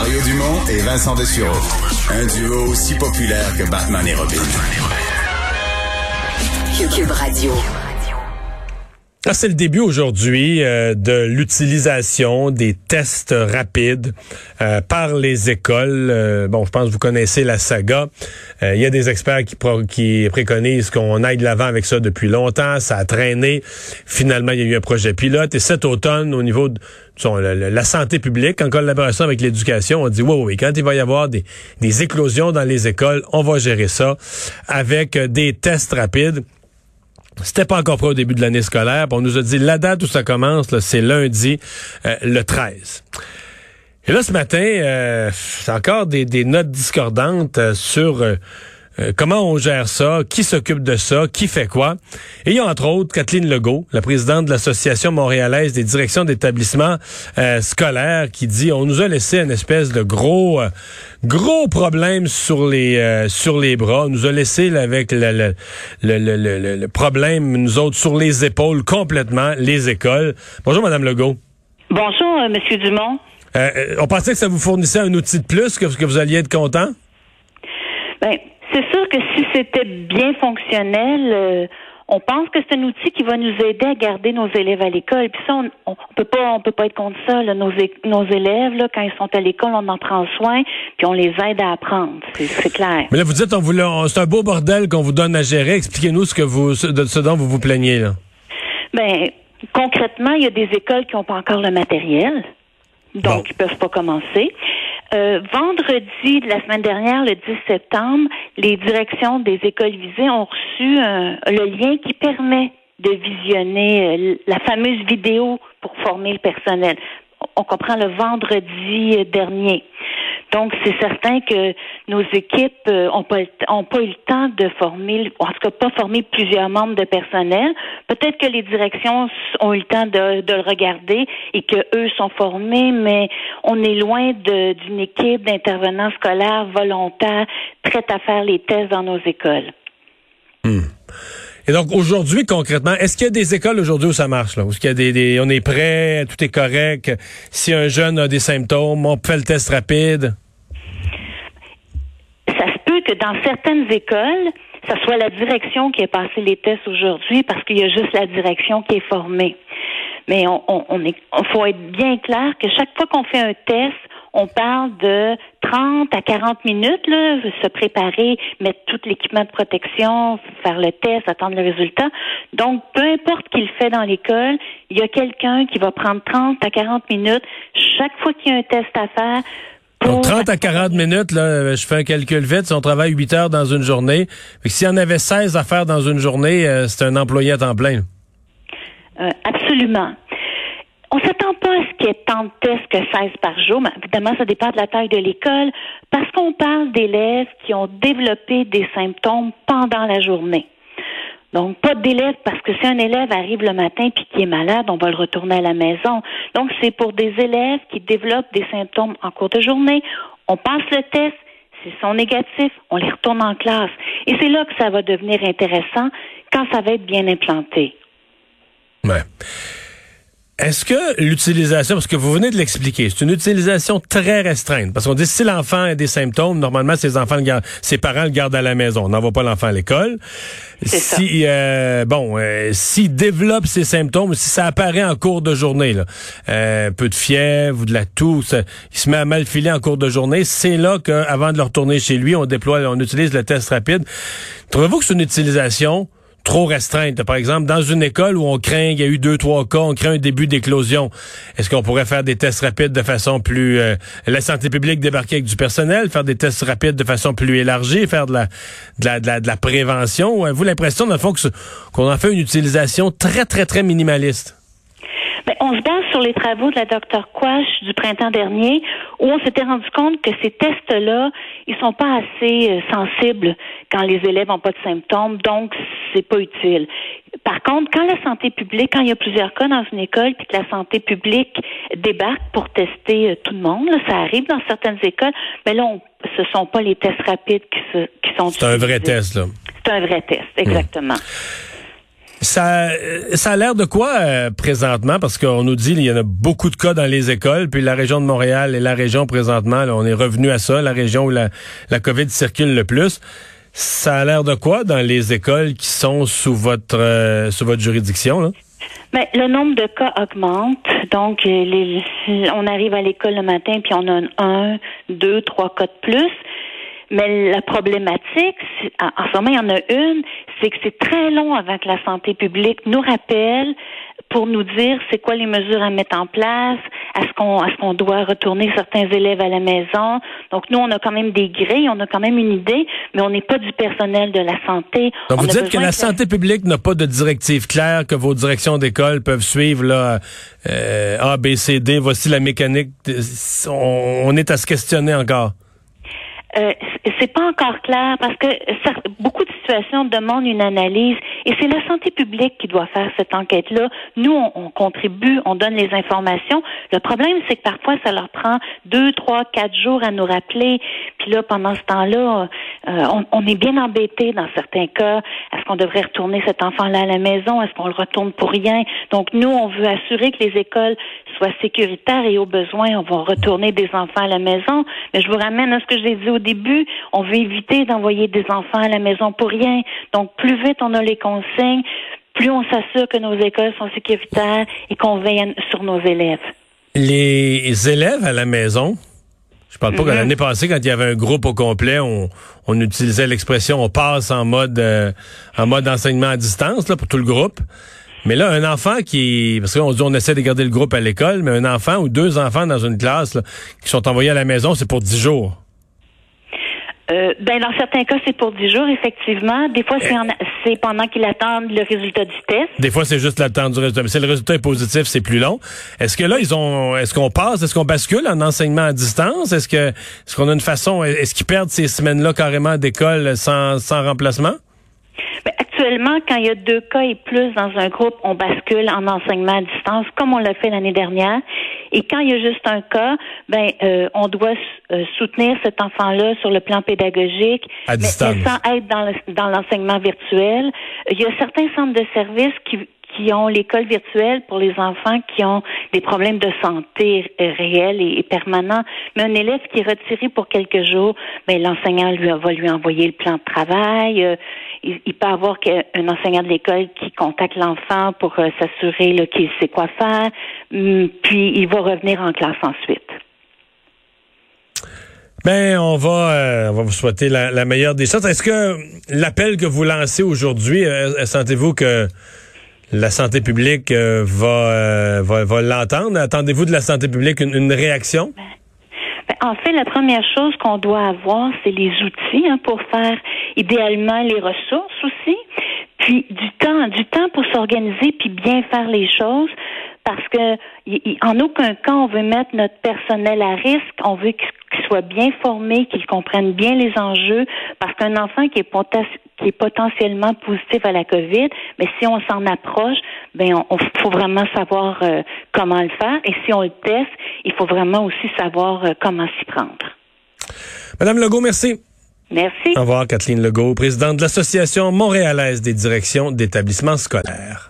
Mario Dumont et Vincent Dessureau. Un duo aussi populaire que Batman et Robin. Cube Radio. C'est le début aujourd'hui de l'utilisation des tests rapides par les écoles. Bon, je pense que vous connaissez la saga. Il y a des experts qui préconisent qu'on aille de l'avant avec ça depuis longtemps. Ça a traîné. Finalement, il y a eu un projet pilote. Et cet automne, au niveau de la santé publique, en collaboration avec l'éducation, on dit oui, quand il va y avoir des éclosions dans les écoles, on va gérer ça avec des tests rapides. C'était pas encore prêt au début de l'année scolaire. On nous a dit la date où ça commence, là, c'est lundi, le 13. Et là, ce matin, c'est encore des notes discordantes sur comment on gère ça, qui s'occupe de ça, qui fait quoi. Et il y a entre autres Kathleen Legault, la présidente de l'Association montréalaise des directions d'établissements scolaires, qui dit on nous a laissé une espèce de gros problème sur les bras. On nous a laissé là, avec le problème, nous autres, sur les épaules complètement, les écoles. Bonjour, Madame Legault. Bonjour, Monsieur Dumont. On pensait que ça vous fournissait un outil de plus, que vous alliez être content? Ben, c'est sûr que si c'était bien fonctionnel, on pense que c'est un outil qui va nous aider à garder nos élèves à l'école. Puis ça, on peut pas être contre ça. Là. Nos élèves, là, quand ils sont à l'école, on en prend soin, puis on les aide à apprendre. C'est clair. Mais là, vous dites, c'est un beau bordel qu'on vous donne à gérer. Expliquez-nous ce dont vous vous plaignez là. Ben, concrètement, il y a des écoles qui n'ont pas encore le matériel. Donc, ils peuvent pas commencer. Vendredi de la semaine dernière, le 10 septembre, les directions des écoles visées ont reçu le lien qui permet de visionner la fameuse vidéo pour former le personnel. On comprend le vendredi dernier. Donc, c'est certain que nos équipes ont pas eu le temps de former, en tout cas pas former plusieurs membres de personnel. Peut-être que les directions ont eu le temps de le regarder et que eux sont formés, mais on est loin d'une équipe d'intervenants scolaires volontaires prête à faire les tests dans nos écoles. Et donc, aujourd'hui, concrètement, est-ce qu'il y a des écoles aujourd'hui où ça marche, là? Où est-ce qu'il y a on est prêt, tout est correct? Si un jeune a des symptômes, on fait le test rapide? Ça se peut que dans certaines écoles, ça soit la direction qui ait passé les tests aujourd'hui parce qu'il y a juste la direction qui est formée. Mais on faut être bien clair que chaque fois qu'on fait un test, on parle de 30 à 40 minutes, là, se préparer, mettre tout l'équipement de protection, faire le test, attendre le résultat. Donc, peu importe qui le fait dans l'école, il y a quelqu'un qui va prendre 30 à 40 minutes chaque fois qu'il y a un test à faire. Donc, 30 à 40 minutes, là, je fais un calcul vite, si on travaille 8 heures dans une journée, s'il y en avait 16 à faire dans une journée, c'est un employé à temps plein. Absolument. On s'attend pas à ce qu'il y ait tant de tests que 16 par jour, mais évidemment, ça dépend de la taille de l'école, parce qu'on parle d'élèves qui ont développé des symptômes pendant la journée. Donc, pas d'élèves, parce que si un élève arrive le matin puis qui est malade, on va le retourner à la maison. Donc, c'est pour des élèves qui développent des symptômes en cours de journée. On passe le test, s'ils sont négatifs, on les retourne en classe. Et c'est là que ça va devenir intéressant quand ça va être bien implanté. Ouais. Est-ce que l'utilisation, parce que vous venez de l'expliquer, c'est une utilisation très restreinte, parce qu'on dit si l'enfant a des symptômes, normalement ses parents le gardent à la maison, on n'envoie pas l'enfant à l'école. Si s'il développe ces symptômes, si ça apparaît en cours de journée, là, peu de fièvre ou de la toux, il se met à mal filer en cours de journée, c'est là qu'avant de le retourner chez lui, on utilise le test rapide. Trouvez-vous que c'est une utilisation trop restreinte? Par exemple, dans une école où on craint, il y a eu 2-3 cas, on craint un début d'éclosion. Est-ce qu'on pourrait faire des tests rapides de façon plus... la santé publique débarquer avec du personnel, faire des tests rapides de façon plus élargie, faire de la prévention? Avez-vous l'impression, dans le fond, qu'on en fait une utilisation très, très, très minimaliste? Ben, on se base sur les travaux de la Dr. Quash du printemps dernier, où on s'était rendu compte que ces tests-là, ils sont pas assez sensibles quand les élèves n'ont pas de symptômes, donc c'est pas utile. Par contre, quand la santé publique, quand il y a plusieurs cas dans une école, puis que la santé publique débarque pour tester tout le monde, là, ça arrive dans certaines écoles, mais là, ce sont pas les tests rapides qui sont utilisés. C'est un vrai test, là. C'est un vrai test, exactement. Ça a l'air de quoi présentement? Parce qu'on nous dit qu'il y en a beaucoup de cas dans les écoles, puis la région de Montréal est la région présentement, là, on est revenu à ça, la région où la COVID circule le plus. Ça a l'air de quoi dans les écoles qui sont sous votre juridiction, là? Ben, le nombre de cas augmente. Donc, on arrive à l'école le matin, puis on a 1, 2, 3 cas de plus. Mais la problématique, en ce moment, il y en a une, c'est que c'est très long avant que la santé publique nous rappelle pour nous dire c'est quoi les mesures à mettre en place, est-ce qu'on doit retourner certains élèves à la maison. Donc, nous, on a quand même des grilles, on a quand même une idée, mais on n'est pas du personnel de la santé. Donc, vous dites que la santé publique n'a pas de directive claire, que vos directions d'école peuvent suivre, là, A, B, C, D, voici la mécanique. On est à se questionner encore. C'est pas encore clair parce que beaucoup de situations demandent une analyse et c'est la santé publique qui doit faire cette enquête-là. Nous, on contribue, on donne les informations. Le problème, c'est que parfois, ça leur prend 2, 3, 4 jours à nous rappeler. Puis là, pendant ce temps-là, on est bien embêtés dans certains cas. Est-ce qu'on devrait retourner cet enfant-là à la maison? Est-ce qu'on le retourne pour rien? Donc, nous, on veut assurer que les écoles soient sécuritaires et au besoin, on va retourner des enfants à la maison. Mais je vous ramène à ce que j'ai dit au début. On veut éviter d'envoyer des enfants à la maison pour rien. Donc, plus vite on a les consignes, plus on s'assure que nos écoles sont sécuritaires et qu'on veille sur nos élèves. Les élèves à la maison, je parle pas que l'année passée, quand il y avait un groupe au complet, on utilisait l'expression on passe en mode enseignement à distance là, pour tout le groupe. Mais là, un enfant parce qu'on dit on essaie de garder le groupe à l'école, mais un enfant ou 2 enfants dans une classe là, qui sont envoyés à la maison, c'est pour 10 jours. Dans certains cas, c'est pour 10 jours, effectivement. Des fois, c'est pendant qu'ils attendent le résultat du test. Des fois, c'est juste l'attente du résultat. Mais si le résultat est positif, c'est plus long. Est-ce que là, est-ce qu'on bascule en enseignement à distance? Est-ce qu'on a une façon, est-ce qu'ils perdent ces semaines-là carrément d'école sans remplacement? Actuellement, quand il y a 2 cas et plus dans un groupe, on bascule en enseignement à distance, comme on l'a fait l'année dernière. Et quand il y a juste un cas, on doit soutenir cet enfant-là sur le plan pédagogique, à distance, mais sans être dans l'enseignement virtuel. Il y a certains centres de services qui ont l'école virtuelle pour les enfants qui ont des problèmes de santé réels et permanents. Mais un élève qui est retiré pour quelques jours, l'enseignant va lui envoyer le plan de travail. Il peut avoir un enseignant de l'école qui contacte l'enfant pour s'assurer qu'il sait quoi faire. Puis il va revenir en classe ensuite. On va vous souhaiter la meilleure des chances. Est-ce que l'appel que vous lancez aujourd'hui, sentez-vous que la santé publique va l'entendre? Attendez-vous de la santé publique une réaction? En fait, la première chose qu'on doit avoir, c'est les outils pour faire idéalement les ressources aussi, puis du temps pour s'organiser puis bien faire les choses. Parce que en aucun cas on veut mettre notre personnel à risque. On veut qu'il soit bien formé, qu'il comprenne bien les enjeux. Parce qu'un enfant qui est potentiellement positif à la COVID, mais si on s'en approche, on faut vraiment savoir comment le faire. Et si on le teste, il faut vraiment aussi savoir comment s'y prendre. Madame Legault, merci. Merci. Au revoir, Kathleen Legault, présidente de l'Association montréalaise des directions d'établissements scolaires.